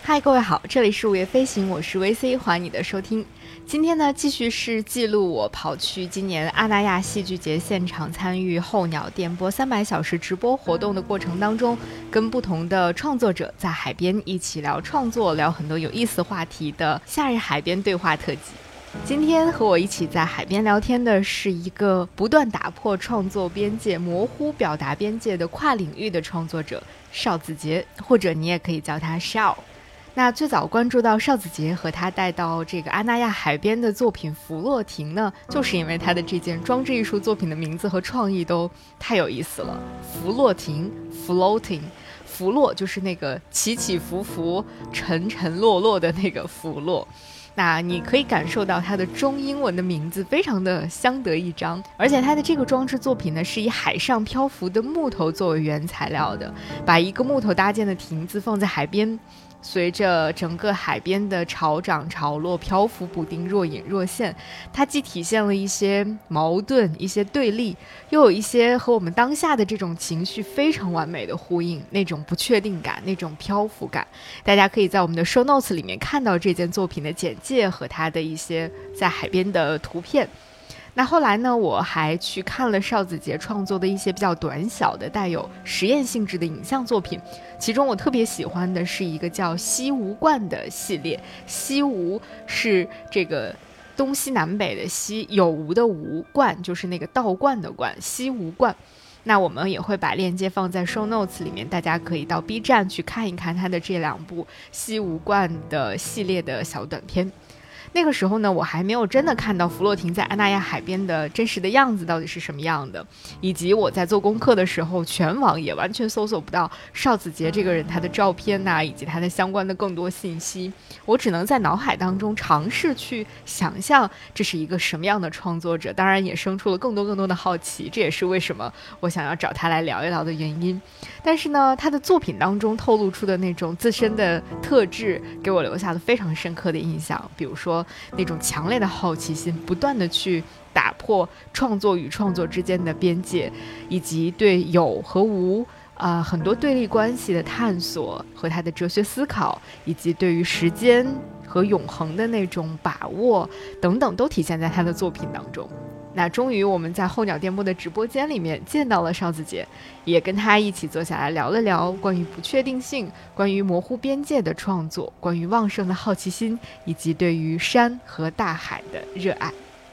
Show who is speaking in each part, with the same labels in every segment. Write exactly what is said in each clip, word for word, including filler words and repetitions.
Speaker 1: 嗨，各位好，这里是午夜飞行，我是 V C， 欢迎你的收听。今天呢，继续是记录我跑去今年阿那亚戏剧节现场参与候鸟电波三百小时直播活动的过程当中，跟不同的创作者在海边一起聊创作，聊很多有意思话题的夏日海边对话特辑。今天和我一起在海边聊天的是一个不断打破创作边界、模糊表达边界的跨领域的创作者邵子杰，或者你也可以叫他 Shao。那最早关注到邵子杰和他带到这个阿那亚海边的作品《弗洛廷》呢，就是因为他的这件装置艺术作品的名字和创意都太有意思了。弗洛廷 （Floating）， 弗洛就是那个起起伏伏、沉沉落落的那个弗洛。那你可以感受到它的中英文的名字非常的相得益彰，而且它的这个装置作品呢，是以海上漂浮的木头作为原材料的，把一个木头搭建的亭子放在海边，随着整个海边的潮涨潮落，漂浮不定，若隐若现。它既体现了一些矛盾、一些对立，又有一些和我们当下的这种情绪非常完美的呼应，那种不确定感，那种漂浮感。大家可以在我们的 show notes 里面看到这件作品的简介和它的一些在海边的图片。那后来呢，我还去看了邵子杰创作的一些比较短小的带有实验性质的影像作品，其中我特别喜欢的是一个叫西吴冠的系列。西吴是这个东西南北的西，有吴的吴，冠就是那个道观的冠，西吴冠。那我们也会把链接放在 show notes 里面，大家可以到 B 站去看一看它的这两部西吴冠的系列的小短片。那个时候呢，我还没有真的看到弗洛廷在阿那亚海边的真实的样子到底是什么样的，以及我在做功课的时候，全网也完全搜索不到邵子杰这个人他的照片呐、啊，以及他的相关的更多信息。我只能在脑海当中尝试去想象这是一个什么样的创作者，当然也生出了更多更多的好奇，这也是为什么我想要找他来聊一聊的原因。但是呢，他的作品当中透露出的那种自身的特质，给我留下了非常深刻的印象，比如说那种强烈的好奇心，不断的去打破创作与创作之间的边界，以及对有和无啊、呃、很多对立关系的探索和他的哲学思考，以及对于时间和永恒的那种把握等等，都体现在他的作品当中。那终于我们在候鸟电波的直播间里面见到了邵子杰，也跟他一起坐下来聊了聊关于不确定性、关于模糊边界的创作，关于旺盛的好奇心，以及对于山和大海的热爱。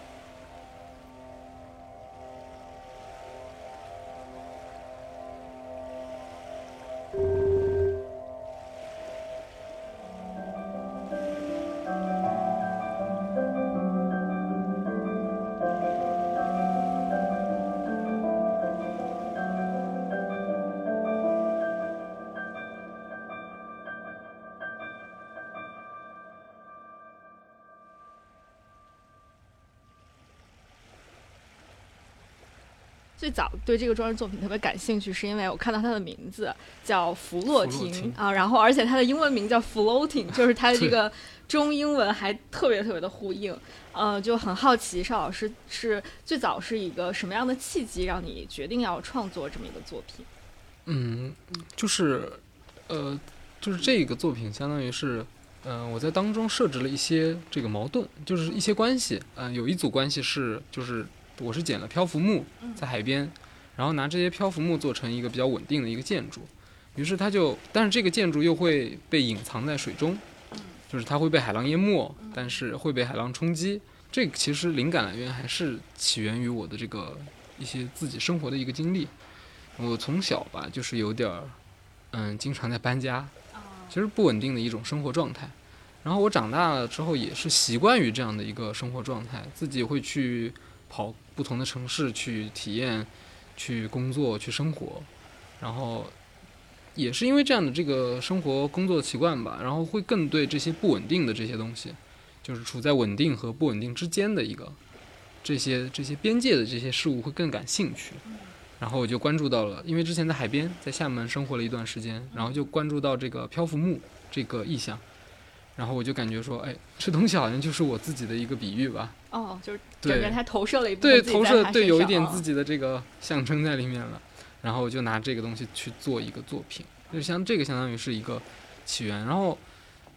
Speaker 1: 最早对这个装置作品特别感兴趣，是因为我看到它的名字叫弗洛廷啊，然后而且它的英文名叫 Floating， 就是它的这个中英文还特别特别的呼应，呃，就很好奇邵老师是最早是一个什么样的契机让你决定要创作这么一个作品？
Speaker 2: 嗯，就是呃，就是这个作品相当于是，嗯、呃，我在当中设置了一些这个矛盾，就是一些关系，嗯、呃，有一组关系是就是。我是捡了漂浮木在海边，然后拿这些漂浮木做成一个比较稳定的一个建筑，于是它就，但是这个建筑又会被隐藏在水中，就是它会被海浪淹没，但是会被海浪冲击。这个其实灵感来源还是起源于我的这个一些自己生活的一个经历。我从小吧，就是有点嗯，经常在搬家，其实不稳定的一种生活状态。然后我长大了之后也是习惯于这样的一个生活状态，自己会去跑不同的城市去体验、去工作、去生活，然后也是因为这样的这个生活工作的习惯吧，然后会更对这些不稳定的这些东西，就是处在稳定和不稳定之间的一个这些这些边界的这些事物会更感兴趣。然后我就关注到了，因为之前在海边，在厦门生活了一段时间，然后就关注到这个漂浮木这个意象。然后我就感觉说，哎，这东西好像就是我自己的一个比喻吧。
Speaker 1: 哦，就是整个他投射了一部
Speaker 2: 分
Speaker 1: 自己在他身上，
Speaker 2: 对，投射，对，有一点自己的这个象征在里面了。然后我就拿这个东西去做一个作品，就像这个相当于是一个起源。然后，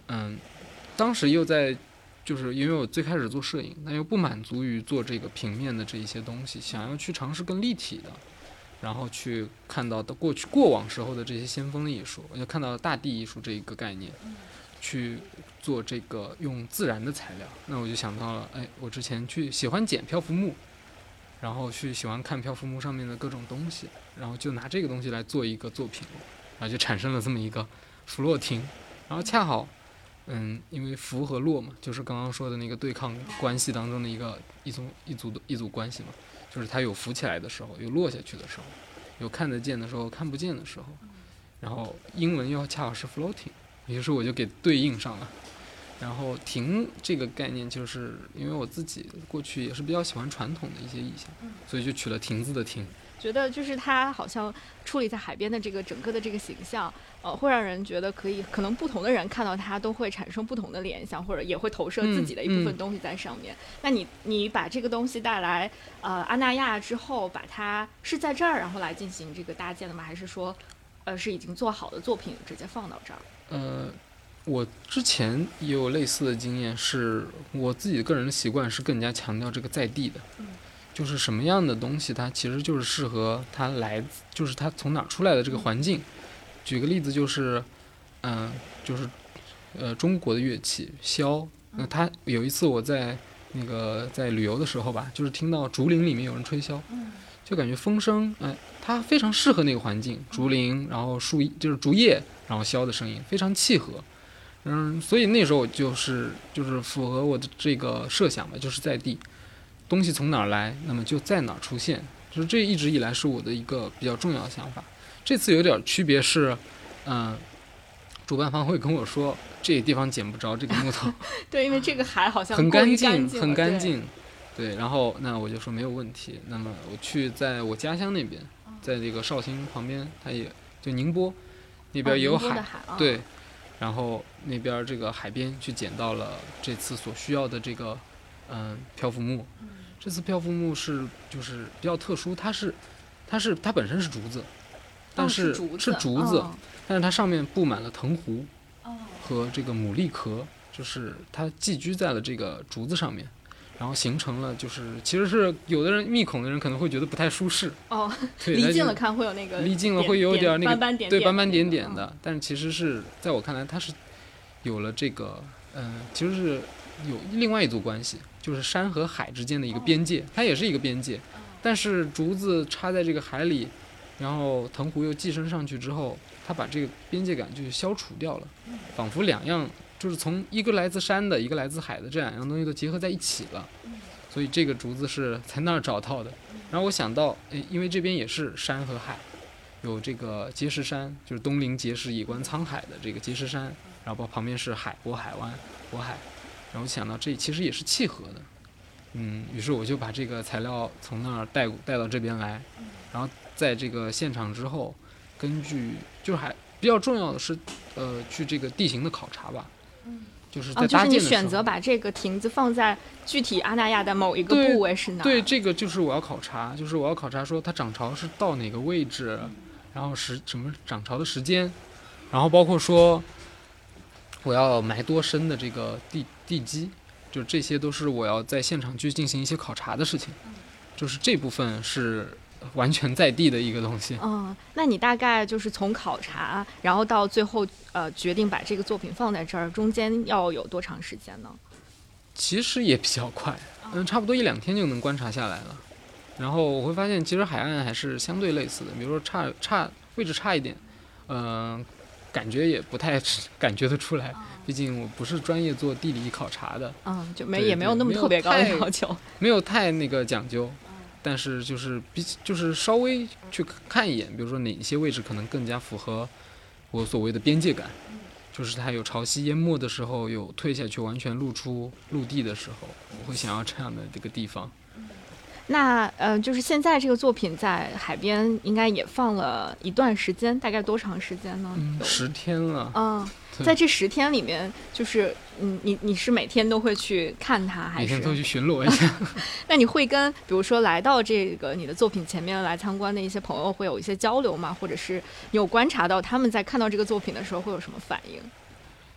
Speaker 2: 嗯，当时又在，就是因为我最开始做摄影，但又不满足于做这个平面的这一些东西，想要去尝试更立体的，然后去看到的过去过往时候的这些先锋的艺术，我就看到了大地艺术这一个概念，去做这个用自然的材料，那我就想到了，哎，我之前去喜欢捡漂浮木，然后去喜欢看漂浮木上面的各种东西，然后就拿这个东西来做一个作品，然后就产生了这么一个弗洛廷，然后恰好，嗯，因为浮和落嘛，就是刚刚说的那个对抗关系当中的一个一组一组一组关系嘛，就是它有浮起来的时候，有落下去的时候，有看得见的时候，看不见的时候，然后英文又恰好是 floating， 于是我就给对应上了。然后停这个概念，就是因为我自己过去也是比较喜欢传统的一些意象，所以就取了亭子的亭。
Speaker 1: 觉得就是它好像处理在海边的这个整个的这个形象，呃，会让人觉得可以，可能不同的人看到它都会产生不同的联想，或者也会投射自己的一部分东西在上面。嗯嗯、那你你把这个东西带来呃阿那亚之后，把它是在这儿然后来进行这个搭建的吗？还是说，呃，是已经做好的作品直接放到这儿？
Speaker 2: 呃。我之前也有类似的经验，是我自己个人的习惯是更加强调这个在地的，就是什么样的东西它其实就是适合它来，就是它从哪出来的这个环境。举个例子就是，嗯、呃，就是呃中国的乐器箫，那它有一次我在那个在旅游的时候吧，就是听到竹林里面有人吹箫，就感觉风声，哎、呃，它非常适合那个环境，竹林，然后树就是竹叶，然后箫的声音非常契合。嗯，所以那时候我就是就是符合我的这个设想吧，就是在地，东西从哪儿来，那么就在哪儿出现，就是这一直以来是我的一个比较重要的想法。这次有点区别是，嗯、呃，主办方会跟我说这个地方捡不着这个木头，
Speaker 1: 对，因为这个海好像
Speaker 2: 很干
Speaker 1: 净，
Speaker 2: 很干净，对，对，然后那我就说没有问题。那么我去在我家乡那边，在这个绍兴旁边，它也就宁波那边也有海，
Speaker 1: 哦海
Speaker 2: 对。然后那边这个海边去捡到了这次所需要的这个嗯漂浮木，这次漂浮木是就是比较特殊，它是它是它本身是竹子，但是、
Speaker 1: 哦、是竹子，
Speaker 2: 是竹子
Speaker 1: 哦、
Speaker 2: 但是它上面布满了藤壶和这个牡蛎壳，就是它寄居在了这个竹子上面，然后形成了就是其实是有的人密孔的人可能会觉得不太舒适
Speaker 1: 哦，离近了看会有那个
Speaker 2: 离近了会有点那个
Speaker 1: 斑斑点点
Speaker 2: 对斑斑点点的、
Speaker 1: 那个，
Speaker 2: 但其实是在我看来它是有了这个嗯、呃，其实是有另外一组关系，就是山和海之间的一个边界，它也是一个边界，但是竹子插在这个海里，然后藤壶又寄生上去之后，它把这个边界感就消除掉了，仿佛两样就是从一个来自山的一个来自海的这两样东西都结合在一起了，所以这个竹子是在那儿找到的。然后我想到诶，因为这边也是山和海，有这个碣石山，就是东临碣石以观沧海的这个碣石山，然后旁边是海渤海湾渤海，然后想到这其实也是契合的，嗯，于是我就把这个材料从那儿带带到这边来，然后在这个现场之后，根据就是还比较重要的是，呃，去这个地形的考察吧，就是在搭建的时候、哦、
Speaker 1: 就是你选择把这个亭子放在具体阿那亚的某一个部位是哪？
Speaker 2: 对，这个就是我要考察，就是我要考察说它涨潮是到哪个位置，然后时什么涨潮的时间，然后包括说我要埋多深的这个地地基，就这些都是我要在现场去进行一些考察的事情，就是这部分是完全在地的一个东西。
Speaker 1: 嗯，那你大概就是从考察，然后到最后呃决定把这个作品放在这儿，中间要有多长时间呢？
Speaker 2: 其实也比较快，嗯，差不多一两天就能观察下来了。然后我会发现，其实海岸还是相对类似的，比如说差差位置差一点，嗯、呃，感觉也不太感觉得出来，毕竟我不是专业做地理考察的，
Speaker 1: 嗯，就没也没有那么特别高的要求，
Speaker 2: 没有太那个讲究。但是就是比就是稍微去看一眼，比如说哪些位置可能更加符合我所谓的边界感，就是它有潮汐淹没的时候，有退下去完全露出陆地的时候，我会想要这样的这个地方。
Speaker 1: 那呃，就是现在这个作品在海边应该也放了一段时间，大概多长时间呢？
Speaker 2: 嗯，十天了。
Speaker 1: 嗯，在这十天里面，就是嗯，你你是每天都会去看它，还是
Speaker 2: 每天都去巡逻一下？
Speaker 1: 那你会跟比如说来到这个你的作品前面来参观的一些朋友会有一些交流吗？或者是你有观察到他们在看到这个作品的时候会有什么反应？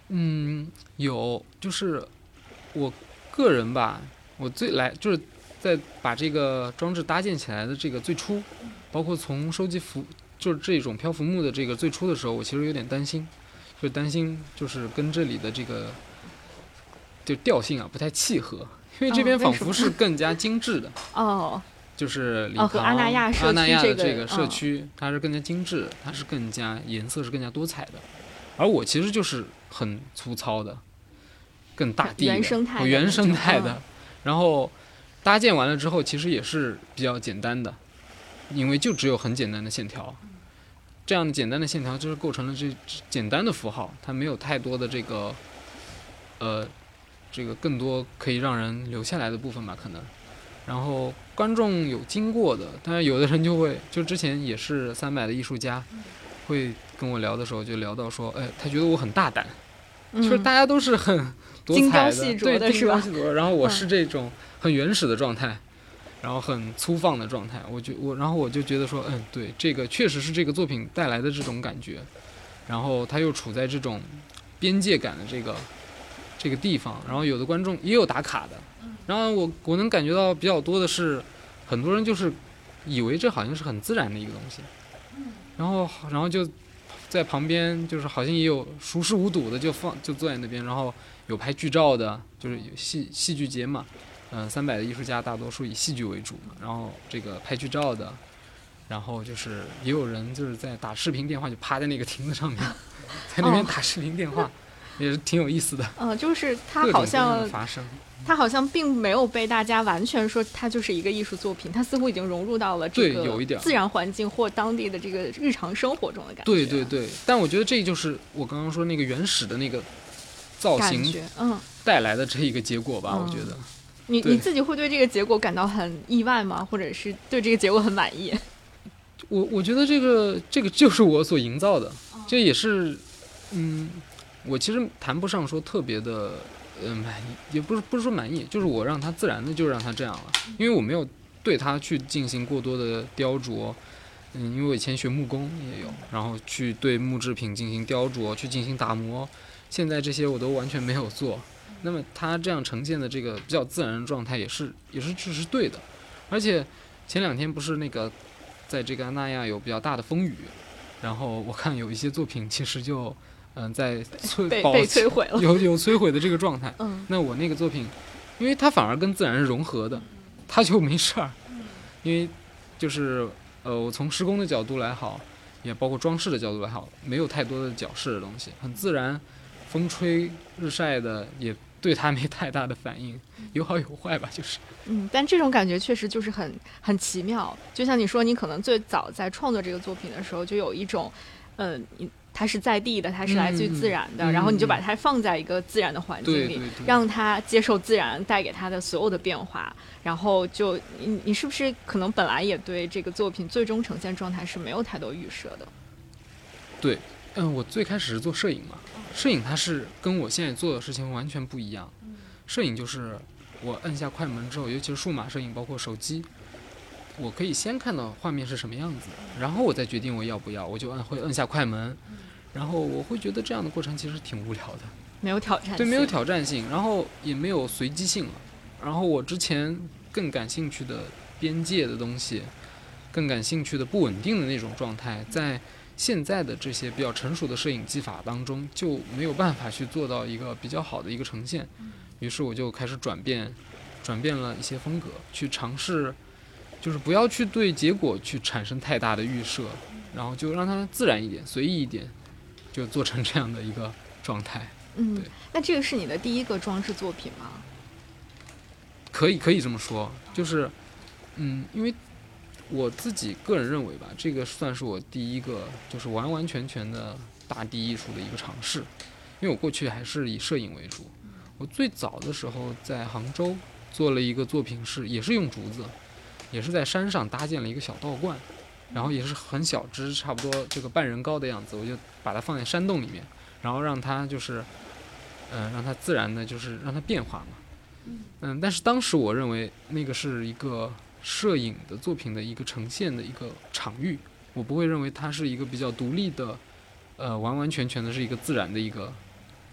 Speaker 2: 嗯，有，就是我个人吧，我最来就是在把这个装置搭建起来的这个最初，包括从收集浮就是这种漂浮木的这个最初的时候，我其实有点担心，就担心就是跟这里的这个就调性啊不太契合，因为这边仿佛是更加精致的
Speaker 1: 哦。
Speaker 2: 就是礼堂、
Speaker 1: 哦、和阿那亚社区、
Speaker 2: 阿那亚的
Speaker 1: 这
Speaker 2: 个社区、嗯，它是更加精致，它是更加颜色是更加多彩的，而我其实就是很粗糙的，更大地的
Speaker 1: 原生态的
Speaker 2: 原生态的、
Speaker 1: 嗯，
Speaker 2: 然后搭建完了之后，其实也是比较简单的，因为就只有很简单的线条，这样简单的线条就是构成了这简单的符号，它没有太多的这个呃这个更多可以让人留下来的部分吧，可能。然后观众有经过的，当然有的人就会，就之前也是三百的艺术家，会跟我聊的时候就聊到说，哎，他觉得我很大胆，嗯、就是大家都是很多彩的，
Speaker 1: 精雕细琢的是吧？
Speaker 2: 对，精雕细琢，然后我是这种很原始的状态，嗯、然后很粗放的状态，我就我，然后我就觉得说，嗯，对，这个确实是这个作品带来的这种感觉，然后他又处在这种边界感的这个这个地方，然后有的观众也有打卡的。然后我我能感觉到比较多的是，很多人就是以为这好像是很自然的一个东西，然后然后就在旁边就是好像也有熟视无睹的就放就坐在那边，然后有拍剧照的，就是有戏戏剧节嘛，嗯、呃，三百的艺术家大多数以戏剧为主嘛，然后这个拍剧照的，然后就是也有人就是在打视频电话，就趴在那个亭子上面，在那边打视频电话。哦，也是挺有意思的，
Speaker 1: 嗯、呃，就是它好像
Speaker 2: 发生，
Speaker 1: 它好像并没有被大家完全说它就是一个艺术作品，它似乎已经融入到了这个自然环境或当地的这个日常生活中的感觉。
Speaker 2: 对对对，但我觉得这就是我刚刚说那个原始的那个造型，
Speaker 1: 嗯，
Speaker 2: 带来的这一个结果吧，嗯、我觉得。
Speaker 1: 你你自己会对这个结果感到很意外吗？或者是对这个结果很满意？
Speaker 2: 我我觉得这个这个就是我所营造的，这也是，嗯。我其实谈不上说特别的，呃，满意，也不是不是说满意，就是我让它自然的就让它这样了，因为我没有对它去进行过多的雕琢，嗯，因为我以前学木工也有，然后去对木制品进行雕琢，去进行打磨，现在这些我都完全没有做。那么它这样呈现的这个比较自然的状态，也是也是这是对的。而且前两天不是那个在这个阿那亚有比较大的风雨，然后我看有一些作品其实就。嗯，在摧
Speaker 1: 被被摧毁了，
Speaker 2: 有有摧毁的这个状态。嗯，那我那个作品，因为它反而跟自然是融合的，它就没事儿。因为就是呃，我从施工的角度来好，也包括装饰的角度来好，没有太多的矫饰的东西，很自然，风吹日晒的也对它没太大的反应，有好有坏吧，就是。
Speaker 1: 嗯，但这种感觉确实就是很很奇妙。就像你说，你可能最早在创作这个作品的时候，就有一种，呃，你。它是在地的，它是来自于自然的、嗯、然后你就把它放在一个自然的环境里，
Speaker 2: 对对对，
Speaker 1: 让它接受自然带给它的所有的变化，然后就你你是不是可能本来也对这个作品最终呈现状态是没有太多预设的？
Speaker 2: 对，嗯，我最开始是做摄影嘛，摄影它是跟我现在做的事情完全不一样，摄影就是我按下快门之后，尤其是数码摄影包括手机，我可以先看到画面是什么样子，然后我再决定我要不要，我就按会按下快门，然后我会觉得这样的过程其实挺无聊的，
Speaker 1: 没有挑战性，
Speaker 2: 对，没有挑战性，然后也没有随机性了。然后我之前更感兴趣的边界的东西，更感兴趣的不稳定的那种状态，在现在的这些比较成熟的摄影技法当中就没有办法去做到一个比较好的一个呈现。于是我就开始转变，转变了一些风格，去尝试。就是不要去对结果去产生太大的预设，然后就让它自然一点、随意一点，就做成这样的一个状态。
Speaker 1: 嗯，那这个是你的第一个装置作品吗？
Speaker 2: 可以，可以这么说，就是，嗯，因为我自己个人认为吧，这个算是我第一个就是完完全全的大地艺术的一个尝试，因为我过去还是以摄影为主。我最早的时候在杭州做了一个作品是，也是用竹子。也是在山上搭建了一个小道观，然后也是很小只，差不多这个半人高的样子，我就把它放在山洞里面，然后让它就是，嗯、呃，让它自然的，就是让它变化嘛，嗯，但是当时我认为那个是一个摄影的作品的一个呈现的一个场域，我不会认为它是一个比较独立的，呃，完完全全的是一个自然的一个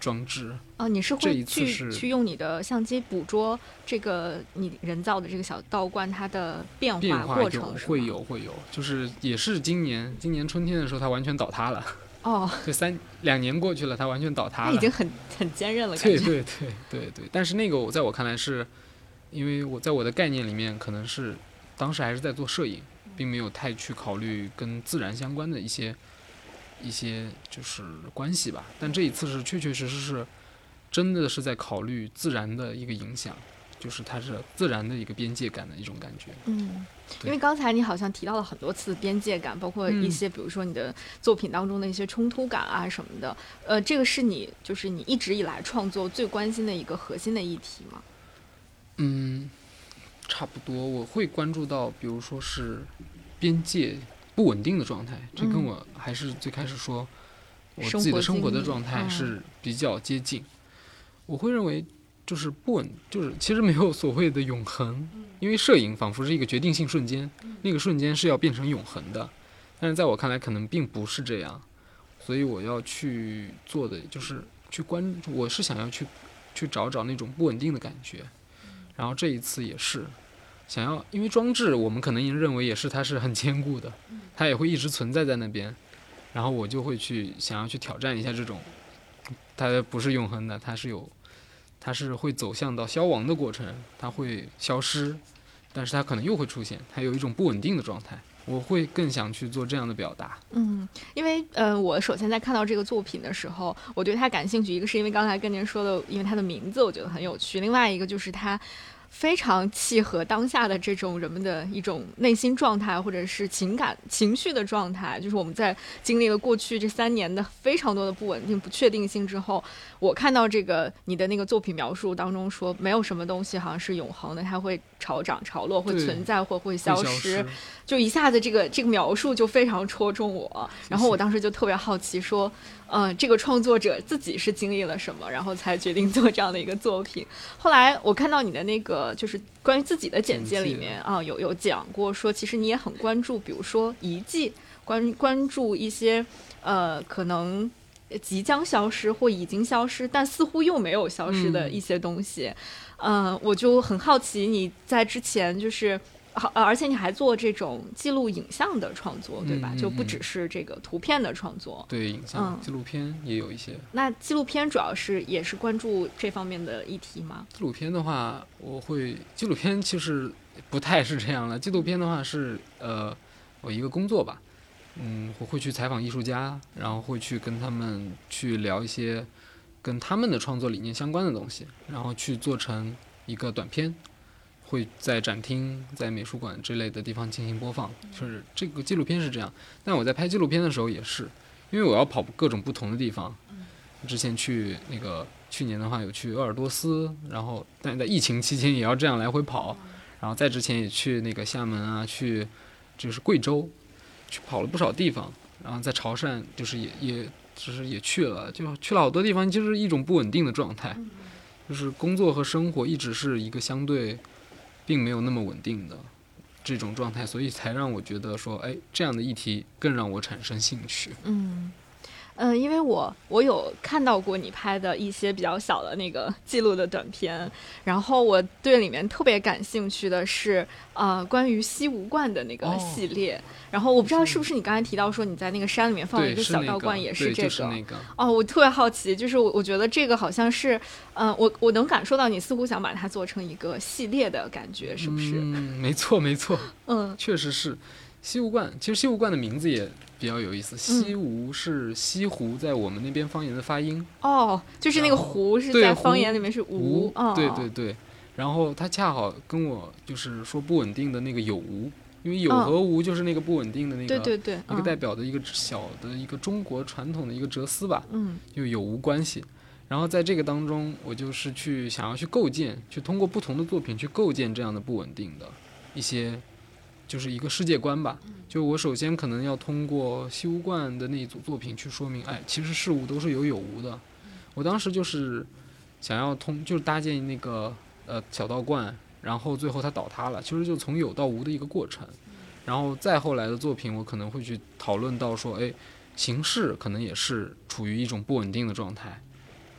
Speaker 2: 装置。
Speaker 1: 哦，你是
Speaker 2: 这
Speaker 1: 会去
Speaker 2: 一次是
Speaker 1: 去用你的相机捕捉这个你人造的这个小道观它的变
Speaker 2: 变化有
Speaker 1: 化过程，是吗？
Speaker 2: 会有会有，就是也是今年今年春天的时候，它完全倒塌了。
Speaker 1: 哦，
Speaker 2: 这三两年过去了，它完全倒塌了。
Speaker 1: 它已经很很坚韧了，感觉。
Speaker 2: 对对对对对，但是那个我在我看来是，因为我在我的概念里面可能是当时还是在做摄影，并没有太去考虑跟自然相关的一些一些就是关系吧。但这一次是确确实实是真的是在考虑自然的一个影响，就是它是自然的一个边界感的一种感觉。
Speaker 1: 嗯，
Speaker 2: 对
Speaker 1: 因为刚才你好像提到了很多次边界感，包括一些比如说你的作品当中的一些冲突感啊什么的，呃，这个是你就是你一直以来创作最关心的一个核心的议题吗？
Speaker 2: 嗯，差不多，我会关注到，比如说是边界不稳定的状态，这跟我还是最开始说我自己的生活的状态是比较接近。嗯、我会认为就是不稳，就是其实没有所谓的永恒，因为摄影仿佛是一个决定性瞬间，那个瞬间是要变成永恒的，但是在我看来可能并不是这样，所以我要去做的就是去关，我是想要去去找找那种不稳定的感觉。然后这一次也是想要，因为装置我们可能认为也是它是很坚固的，它也会一直存在在那边，然后我就会去想要去挑战一下这种，它不是永恒的，它是有，它是会走向到消亡的过程，它会消失，但是它可能又会出现，它有一种不稳定的状态。我会更想去做这样的表达。
Speaker 1: 嗯，因为呃，我首先在看到这个作品的时候，我对它感兴趣，一个是因为刚才跟您说的，因为它的名字我觉得很有趣，另外一个就是它非常契合当下的这种人们的一种内心状态，或者是情感情绪的状态。就是我们在经历了过去这三年的非常多的不稳定、不确定性之后，我看到这个你的那个作品描述当中说，没有什么东西好像是永恒的，它会潮涨潮落，会存在或会消失，
Speaker 2: 消失
Speaker 1: 就一下子这个这个描述就非常戳中我。然后我当时就特别好奇说，嗯、呃，这个创作者自己是经历了什么，然后才决定做这样的一个作品。后来我看到你的那个就是关于自己的简介里面啊，有有讲过说，其实你也很关注，比如说遗迹，关关注一些呃可能即将消失或已经消失，但似乎又没有消失的一些东西。嗯、呃，我就很好奇你在之前就是。而且你还做这种记录影像的创作，对吧？
Speaker 2: 嗯嗯嗯
Speaker 1: 就不只是这个图片的创作。
Speaker 2: 对，影像、嗯、纪录片也有一些。
Speaker 1: 那纪录片主要是也是关注这方面的议题吗？
Speaker 2: 纪录片的话，我会纪录片其实不太是这样了。纪录片的话是呃，我一个工作吧，嗯，我会去采访艺术家，然后会去跟他们去聊一些跟他们的创作理念相关的东西，然后去做成一个短片。会在展厅、在美术馆之类的地方进行播放，就是这个纪录片是这样。但我在拍纪录片的时候也是，因为我要跑各种不同的地方。之前去那个去年的话有去鄂尔多斯，然后但在疫情期间也要这样来回跑。然后在之前也去那个厦门啊，去就是贵州，去跑了不少地方。然后在潮汕就是也也就是也去了，就去了好多地方，就是一种不稳定的状态，就是工作和生活一直是一个相对。并没有那么稳定的这种状态，所以才让我觉得说，哎，这样的议题更让我产生兴趣。
Speaker 1: 嗯，嗯，因为我我有看到过你拍的一些比较小的那个记录的短片，然后我对里面特别感兴趣的是，呃，关于西吴观的那个系列。哦、然后我不知道是不是你刚才提到说你在那个山里面放了一个小道观，也是这个。
Speaker 2: 对，就是那个。
Speaker 1: 哦，我特别好奇，就是我我觉得这个好像是，嗯、呃，我我能感受到你似乎想把它做成一个系列的感觉，是不是？
Speaker 2: 嗯，没错没错，
Speaker 1: 嗯，
Speaker 2: 确实是。西吴观，其实西吴观的名字也比较有意思。西吴是西湖，在我们那边方言的发音。
Speaker 1: 哦，就是那个湖是在方言里面是吴。
Speaker 2: 哦、对对对，然后它恰好跟我就是说不稳定的那个有无，因为有和无就是那个不稳定的那个，
Speaker 1: 对对对，
Speaker 2: 一个代表的一个小的一个中国传统的一个哲思吧。
Speaker 1: 嗯，
Speaker 2: 就有无关系。然后在这个当中，我就是去想要去构建，去通过不同的作品去构建这样的不稳定的一些。就是一个世界观吧，就我首先可能要通过西吴观的那一组作品去说明，哎，其实事物都是有有无的。我当时就是想要通，就是搭建那个呃小道观，然后最后它倒塌了，其实就从有到无的一个过程。然后再后来的作品，我可能会去讨论到说，哎，形式可能也是处于一种不稳定的状态，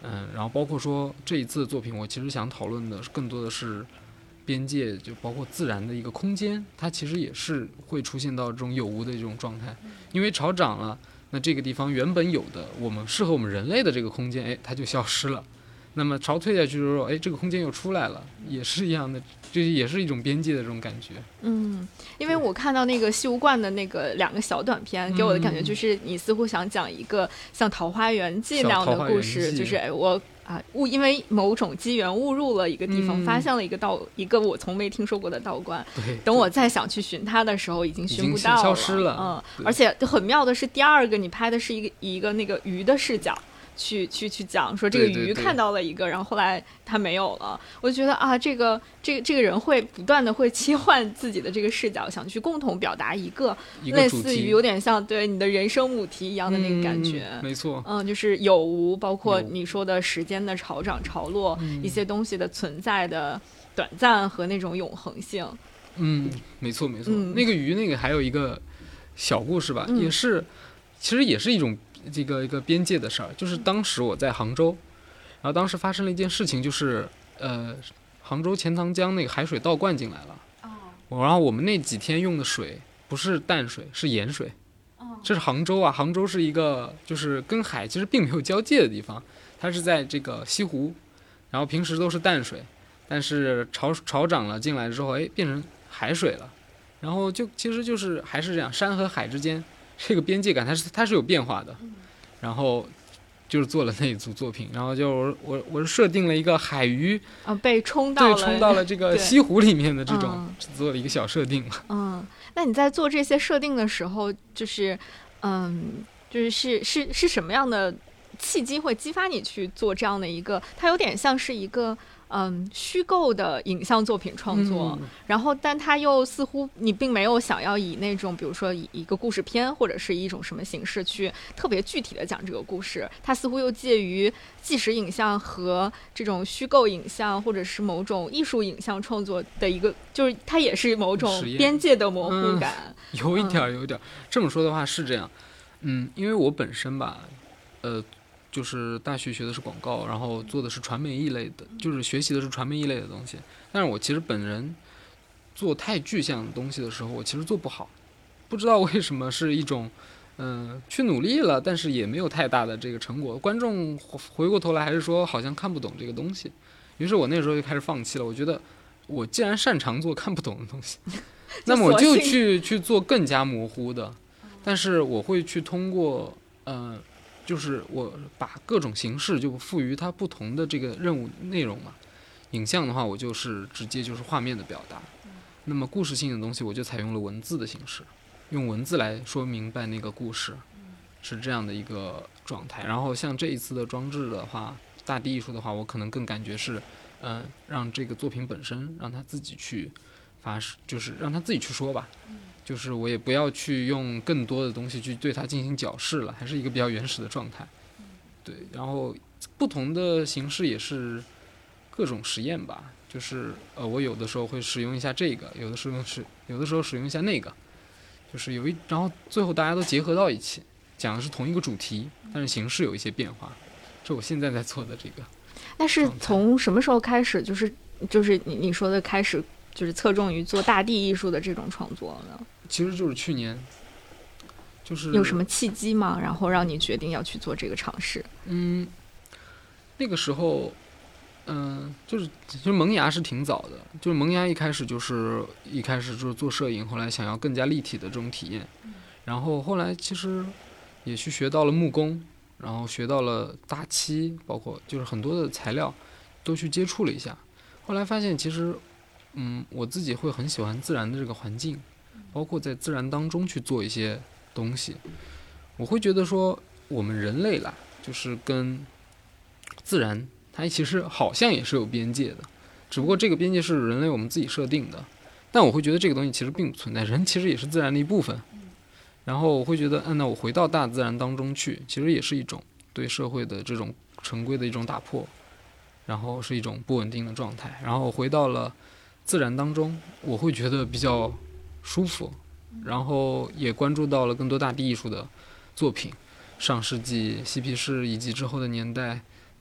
Speaker 2: 嗯，然后包括说这一次的作品，我其实想讨论的更多的是边界，就包括自然的一个空间，它其实也是会出现到这种有无的这种状态，因为潮涨了，那这个地方原本有的我们适合我们人类的这个空间，哎，它就消失了。那么潮退下去的时候，哎，这个空间又出来了，也是一样的，这也是一种边界的这种感觉。
Speaker 1: 嗯，因为我看到那个西湖观的那个两个小短片，给我的感觉就是你似乎想讲一个像《桃花源记》那样的故事，就是哎我啊误因为某种机缘误入了一个地方，嗯、发现了一个道一个我从没听说过的道观。等我再想去寻它的时候，已经寻不到了，
Speaker 2: 消失了。
Speaker 1: 嗯，而且很妙的是，第二个你拍的是一个一个那个鱼的视角。去去去讲说这个鱼看到了一个，
Speaker 2: 对对对，
Speaker 1: 然后后来他没有了，我就觉得啊，这个这个这个人会不断的会切换自己的这个视角，想去共同表达一个类似于有点像对你的人生母题一样的那个感觉。
Speaker 2: 嗯、没错，
Speaker 1: 嗯，就是有无，包括你说的时间的潮涨潮落，一些东西的存在的短暂和那种永恒性。
Speaker 2: 嗯，没错没错、
Speaker 1: 嗯。
Speaker 2: 那个鱼那个还有一个小故事吧，嗯、也是其实也是一种。这个一个边界的事儿，就是当时我在杭州，然后当时发生了一件事情，就是呃，杭州钱塘江那个海水倒灌进来了，哦，然后我们那几天用的水不是淡水，是盐水，哦，这是杭州啊，杭州是一个就是跟海其实并没有交界的地方，它是在这个西湖，然后平时都是淡水，但是潮潮涨了进来之后，哎，变成海水了，然后就其实就是还是这样，山和海之间。这个边界感它是它是有变化的，然后就是做了那一组作品，然后就我我是设定了一个海鱼
Speaker 1: 啊被冲到了
Speaker 2: 对冲到了这个西湖里面的这种、嗯、做了一个小设定。
Speaker 1: 嗯，那你在做这些设定的时候，就是嗯，就是是是是什么样的契机会激发你去做这样的一个？它有点像是一个。嗯，虚构的影像作品创作、嗯，然后但它又似乎你并没有想要以那种比如说以一个故事片或者是一种什么形式去特别具体的讲这个故事，它似乎又介于纪实影像和这种虚构影像或者是某种艺术影像创作的一个，就是它也是某种边界的模糊感。
Speaker 2: 嗯、有一点有一点、嗯、这么说的话是这样，嗯，因为我本身吧，呃。就是大学学的是广告，然后做的是传媒一类的，就是学习的是传媒一类的东西。但是我其实本人做太具象的东西的时候，我其实做不好，不知道为什么是一种，嗯、呃，去努力了，但是也没有太大的这个成果。观众回过头来还是说好像看不懂这个东西，于是我那时候就开始放弃了。我觉得我既然擅长做看不懂的东西，那么我就去去做更加模糊的，但是我会去通过，呃。就是我把各种形式就赋予它不同的这个任务内容嘛。影像的话，我就是直接就是画面的表达。那么故事性的东西，我就采用了文字的形式，用文字来说明白那个故事，是这样的一个状态。然后像这一次的装置的话，大地艺术的话，我可能更感觉是，嗯、呃，让这个作品本身让它自己去发，就是让它自己去说吧。就是我也不要去用更多的东西去对它进行矫饰了，还是一个比较原始的状态。对，然后不同的形式也是各种实验吧，就是呃，我有的时候会使用一下这个，有的时候是有的时候使用一下那个，就是有一，然后最后大家都结合到一起，讲的是同一个主题，但是形式有一些变化。这我现在在做的这个。
Speaker 1: 那是从什么时候开始？就是就是你你说的开始，就是侧重于做大地艺术的这种创作呢？
Speaker 2: 其实就是去年，就是
Speaker 1: 有什么契机吗？然后让你决定要去做这个尝试？
Speaker 2: 嗯，那个时候，嗯、呃，就是其实萌芽是挺早的，就是萌芽一开始就是一开始就是做摄影，后来想要更加立体的这种体验，然后后来其实也去学到了木工，然后学到了大漆，包括就是很多的材料都去接触了一下，后来发现其实，嗯，我自己会很喜欢自然的这个环境。包括在自然当中去做一些东西，我会觉得说我们人类啦，就是跟自然它其实好像也是有边界的，只不过这个边界是人类我们自己设定的。但我会觉得这个东西其实并不存在，人其实也是自然的一部分。然后我会觉得，嗯，那我回到大自然当中去，其实也是一种对社会的这种成规的一种打破，然后是一种不稳定的状态。然后回到了自然当中，我会觉得比较舒服，然后也关注到了更多大地艺术的作品，上世纪嬉皮士以及之后的年代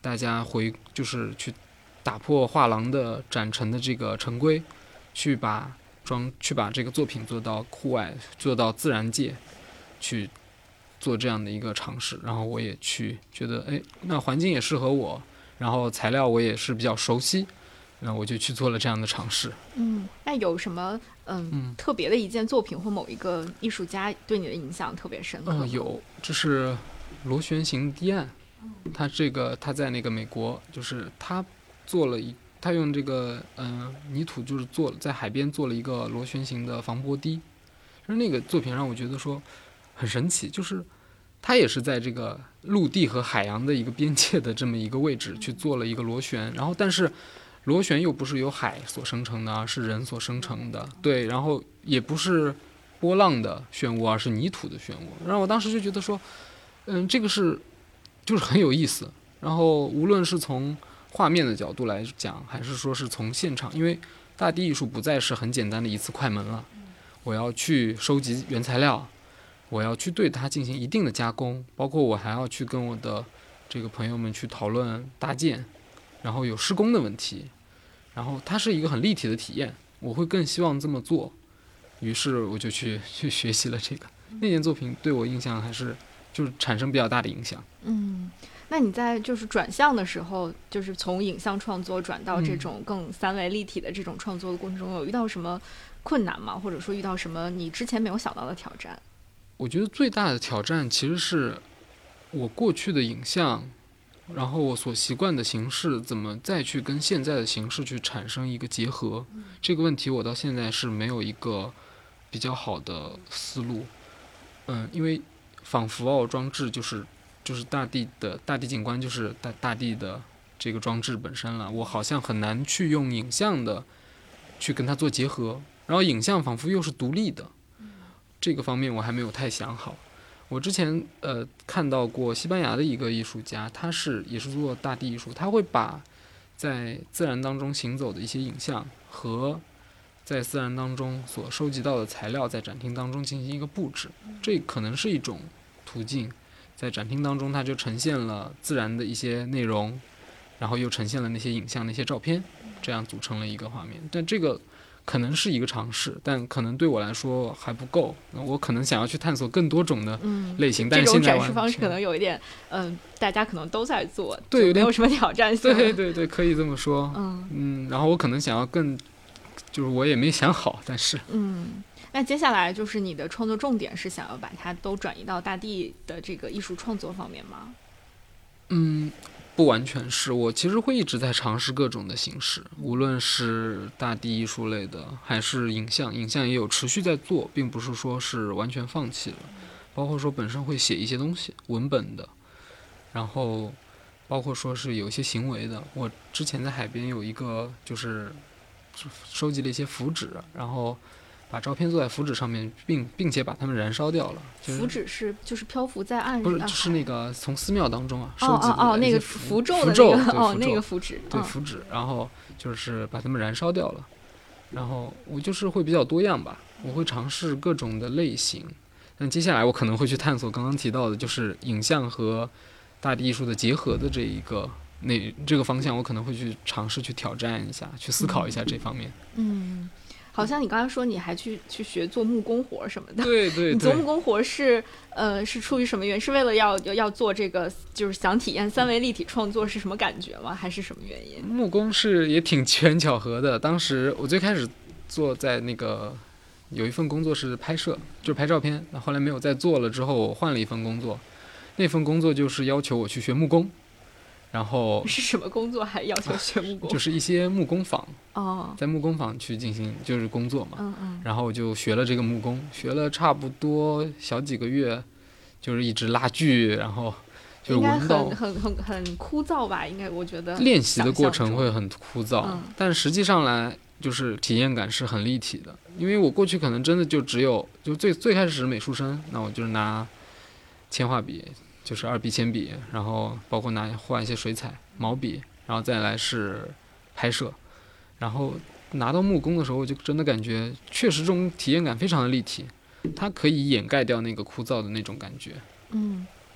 Speaker 2: 大家回就是去打破画廊的展陈的这个陈规，去把装去把这个作品做到户外，做到自然界去做这样的一个尝试。然后我也去觉得，哎，那环境也适合我，然后材料我也是比较熟悉，然后我就去做了这样的尝试。
Speaker 1: 嗯，那有什么嗯, 嗯特别的一件作品或某一个艺术家对你的影响特别深刻？
Speaker 2: 嗯，有，这是螺旋形堤岸。他这个他在那个美国，就是他做了一，他用这个嗯、呃、泥土，就是做在海边做了一个螺旋形的防波堤。就是那个作品让我觉得说很神奇，就是他也是在这个陆地和海洋的一个边界的这么一个位置去做了一个螺旋，然后但是螺旋又不是由海所生成的，而是人所生成的，对，然后也不是波浪的漩涡，而是泥土的漩涡。然后我当时就觉得说，嗯，这个是就是很有意思。然后无论是从画面的角度来讲，还是说是从现场，因为大地艺术不再是很简单的一次快门了，我要去收集原材料，我要去对它进行一定的加工，包括我还要去跟我的这个朋友们去讨论搭建，然后有施工的问题，然后它是一个很立体的体验，我会更希望这么做。于是我就去去学习了这个。那件作品对我印象还是就是产生比较大的影响。
Speaker 1: 嗯，那你在就是转向的时候，就是从影像创作转到这种更三维立体的这种创作的过程中，有遇到什么困难吗？或者说遇到什么你之前没有想到的挑战？
Speaker 2: 我觉得最大的挑战其实是我过去的影像，然后我所习惯的形式怎么再去跟现在的形式去产生一个结合，这个问题我到现在是没有一个比较好的思路。嗯，因为仿佛奥装置就是就是大地的大地景观，就是大大地的这个装置本身了，我好像很难去用影像的去跟它做结合，然后影像仿佛又是独立的，这个方面我还没有太想好。我之前呃看到过西班牙的一个艺术家，他是也是做大地艺术，他会把在自然当中行走的一些影像和在自然当中所收集到的材料在展厅当中进行一个布置，这可能是一种途径。在展厅当中它就呈现了自然的一些内容，然后又呈现了那些影像那些照片，这样组成了一个画面。但这个可能是一个尝试，但可能对我来说还不够，我可能想要去探索更多种的类型、嗯、但是现在
Speaker 1: 这种展示方式可能有一点嗯，大家可能都在做，对，没有什么挑战性。
Speaker 2: 对对对，可以这么说。嗯嗯，然后我可能想要更就是我也没想好，但是
Speaker 1: 嗯，那接下来就是你的创作重点是想要把它都转移到大地的这个艺术创作方面吗？
Speaker 2: 嗯，不完全是，我其实会一直在尝试各种的形式，无论是大地艺术类的还是影像，影像也有持续在做，并不是说是完全放弃了。包括说本身会写一些东西文本的，然后包括说是有一些行为的。我之前在海边有一个就是收集了一些符纸，然后把照片做在符纸上面，并并且把它们燃烧掉了。就是、
Speaker 1: 符纸是就是漂浮在岸上，
Speaker 2: 不是，就是那个从寺庙当中啊收
Speaker 1: 集的
Speaker 2: 哦
Speaker 1: 哦那个符咒的那个哦那个符纸，
Speaker 2: 对符纸，然后就是把它们燃烧掉了。然后我就是会比较多样吧，我会尝试各种的类型。但接下来我可能会去探索刚刚提到的，就是影像和大地艺术的结合的这一个。那这个方向我可能会去尝试去挑战一下，去思考一下这方面。
Speaker 1: 嗯，好像你刚才说你还去去学做木工活什么的。
Speaker 2: 对对对。
Speaker 1: 你做木工活是呃是出于什么原因？是为了要要做这个，就是想体验三维立体创作是什么感觉吗？还是什么原因？
Speaker 2: 木工是也挺机缘巧合的。当时我最开始做在那个有一份工作是拍摄，就是拍照片。那后来没有再做了之后，我换了一份工作，那份工作就是要求我去学木工。然后
Speaker 1: 是什么工作还要求学木工？
Speaker 2: 就是一些木工坊
Speaker 1: 哦，
Speaker 2: 在木工坊去进行就是工作嘛。
Speaker 1: 嗯嗯。
Speaker 2: 然后我就学了这个木工，学了差不多小几个月，就是一直拉锯，然后就是闻到
Speaker 1: 应该很很很很枯燥吧？应该我觉得
Speaker 2: 练习的过程会很枯燥，
Speaker 1: 嗯、
Speaker 2: 但实际上来就是体验感是很立体的。因为我过去可能真的就只有就最最开始是美术生，那我就是拿铅画笔。就是二 B 铅笔，然后包括拿画一些水彩、毛笔，然后再来是拍摄，然后拿到木工的时候，我就真的感觉确实这种体验感非常的立体，它可以掩盖掉那个枯燥的那种感觉。
Speaker 1: 嗯，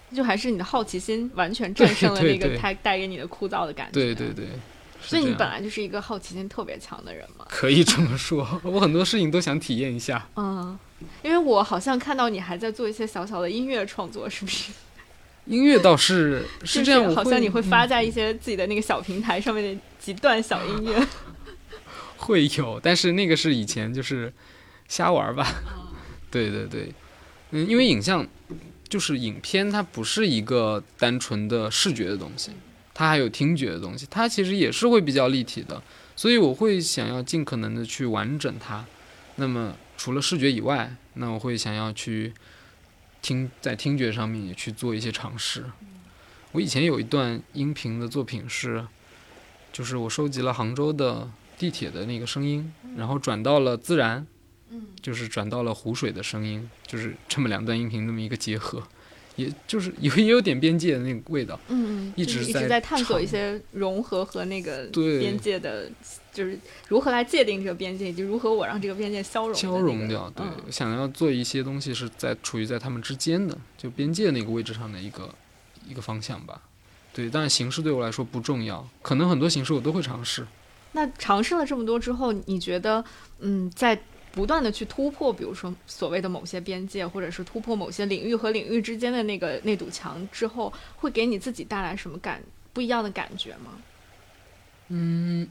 Speaker 1: 就还是你的好奇心完全战胜了那个
Speaker 2: 对对对
Speaker 1: 它带给你的枯燥的感觉。
Speaker 2: 对对对，
Speaker 1: 所以你本来就是一个好奇心特别强的人嘛。
Speaker 2: 可以这么说，我很多事情都想体验一下。
Speaker 1: 嗯，因为我好像看到你还在做一些小小的音乐创作，是不是？
Speaker 2: 音乐倒是是这样，
Speaker 1: 就是好像你会发在一些自己的那个小平台上面的几段小音乐。
Speaker 2: 会有，但是那个是以前就是瞎玩吧。对对对，嗯，因为影像就是影片，它不是一个单纯的视觉的东西，它还有听觉的东西，它其实也是会比较立体的，所以我会想要尽可能的去完整它。那么除了视觉以外，那我会想要去听，在听觉上面也去做一些尝试。我以前有一段音频的作品是，就是我收集了杭州的地铁的那个声音，然后转到了自然，就是转到了湖水的声音，就是这么两段音频这么一个结合，也就是有也有点边界的那个味道。
Speaker 1: 嗯，
Speaker 2: 一直在
Speaker 1: 一直在探索一些融合和那个边界的，就是如何来界定这个边界，以及如何我让这个边界消融、那个、
Speaker 2: 消融掉。对、
Speaker 1: 嗯，
Speaker 2: 想要做一些东西是在处于在他们之间的，就边界那个位置上的一个一个方向吧。对，当然形式对我来说不重要，可能很多形式我都会尝试。
Speaker 1: 那尝试了这么多之后，你觉得，嗯，在不断的去突破，比如说所谓的某些边界，或者是突破某些领域和领域之间的那个那堵墙之后，会给你自己带来什么感不一样的感觉吗？
Speaker 2: 嗯，